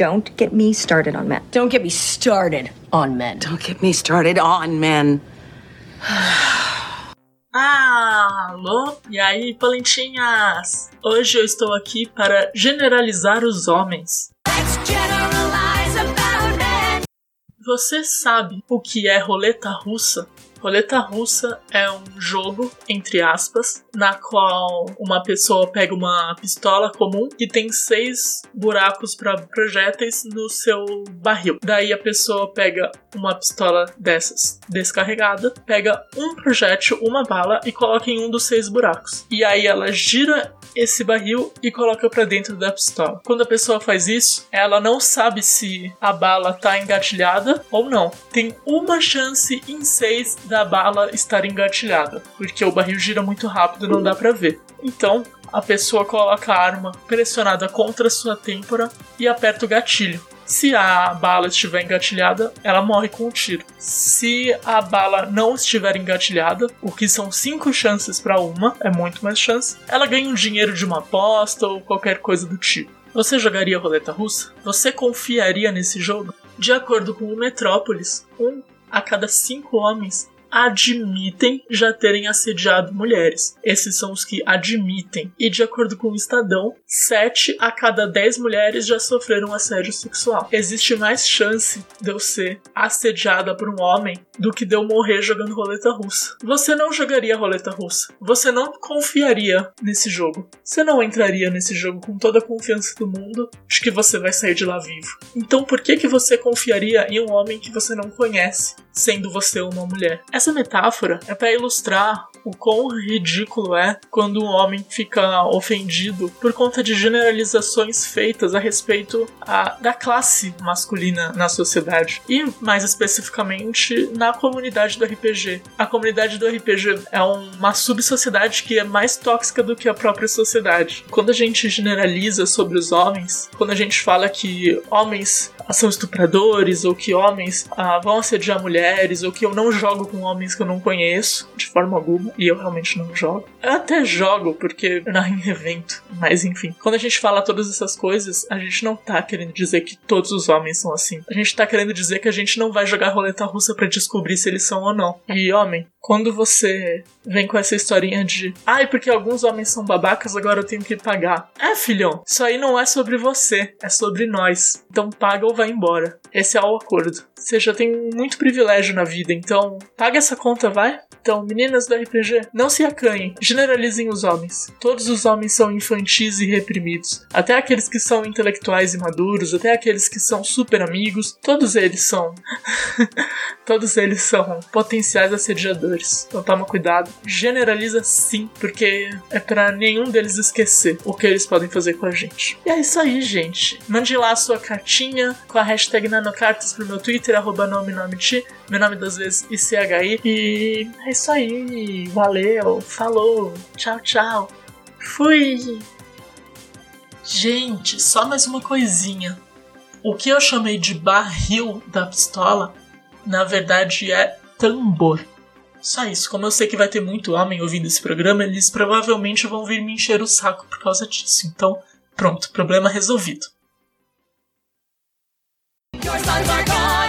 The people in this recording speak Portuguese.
Don't get me started on men. Don't get me started on men. Don't get me started on men. Alô? E aí, polentinhas? Hoje eu estou aqui para generalizar os homens. Let's generalize about men. Você sabe o que é roleta russa? Roleta russa é um jogo, entre aspas, na qual uma pessoa pega uma pistola comum que tem 6 buracos para projéteis no seu barril. Daí a pessoa pega uma pistola dessas descarregada, pega um projétil, uma bala e coloca em um dos 6 buracos. E aí ela gira esse barril e coloca pra dentro da pistola. Quando a pessoa faz isso, ela não sabe se a bala tá engatilhada ou não. Tem uma chance em 6 da bala estar engatilhada, porque o barril gira muito rápido e não dá pra ver. Então, a pessoa coloca a arma pressionada contra sua têmpora e aperta o gatilho. Se a bala estiver engatilhada, ela morre com um tiro. Se a bala não estiver engatilhada, o que são 5 chances para uma, é muito mais chance, ela ganha um dinheiro de uma aposta ou qualquer coisa do tipo. Você jogaria roleta russa? Você confiaria nesse jogo? De acordo com o Metrópolis, 1 a cada 5 homens admitem já terem assediado mulheres. Esses são os que admitem. E de acordo com o Estadão, 7 a cada 10 mulheres já sofreram assédio sexual. Existe mais chance de eu ser assediada por um homem do que de eu morrer jogando roleta russa. Você não jogaria roleta russa. Você não confiaria nesse jogo. Você não entraria nesse jogo com toda a confiança do mundo de que você vai sair de lá vivo. Então por que você confiaria em um homem que você não conhece, sendo você uma mulher? Essa metáfora é para ilustrar o quão ridículo é quando um homem fica ofendido por conta de generalizações feitas a respeito da classe masculina na sociedade. E, mais especificamente, na comunidade do RPG. A comunidade do RPG é uma subsociedade que é mais tóxica do que a própria sociedade. Quando a gente generaliza sobre os homens, quando a gente fala que homens são estupradores, ou que homens vão assediar mulheres, ou que eu não jogo com homens que eu não conheço, de forma alguma, e eu realmente não jogo. Eu até jogo, porque eu narro em evento, mas enfim. Quando a gente fala todas essas coisas, a gente não tá querendo dizer que todos os homens são assim. A gente tá querendo dizer que a gente não vai jogar roleta russa pra descobrir se eles são ou não. E, homem, quando você vem com essa historinha de porque alguns homens são babacas, agora eu tenho que pagar. Filhão, isso aí não é sobre você, é sobre nós. Então paga ou vai embora. Esse é o acordo. Você já tem muito privilégio na vida, então paga essa conta, vai? Então, meninas do RPG, não se acanhem, generalizem os homens. Todos os homens são infantis e reprimidos. Até aqueles que são intelectuais e maduros, até aqueles que são super amigos, todos eles são... todos eles são potenciais assediadores. Então toma cuidado. Generaliza sim, porque é pra nenhum deles esquecer o que eles podem fazer com a gente. E é isso aí, gente. Mande lá a sua cartinha com a hashtag nanocartas pro meu Twitter, @nomenometi, meu nome 2 vezes ICHI. E é isso aí. Valeu, falou, tchau, tchau. Fui! Gente, só mais uma coisinha. O que eu chamei de barril da pistola, na verdade é tambor. Só isso. Como eu sei que vai ter muito homem ouvindo esse programa, eles provavelmente vão vir me encher o saco por causa disso. Então, pronto, problema resolvido. Your sons are gone.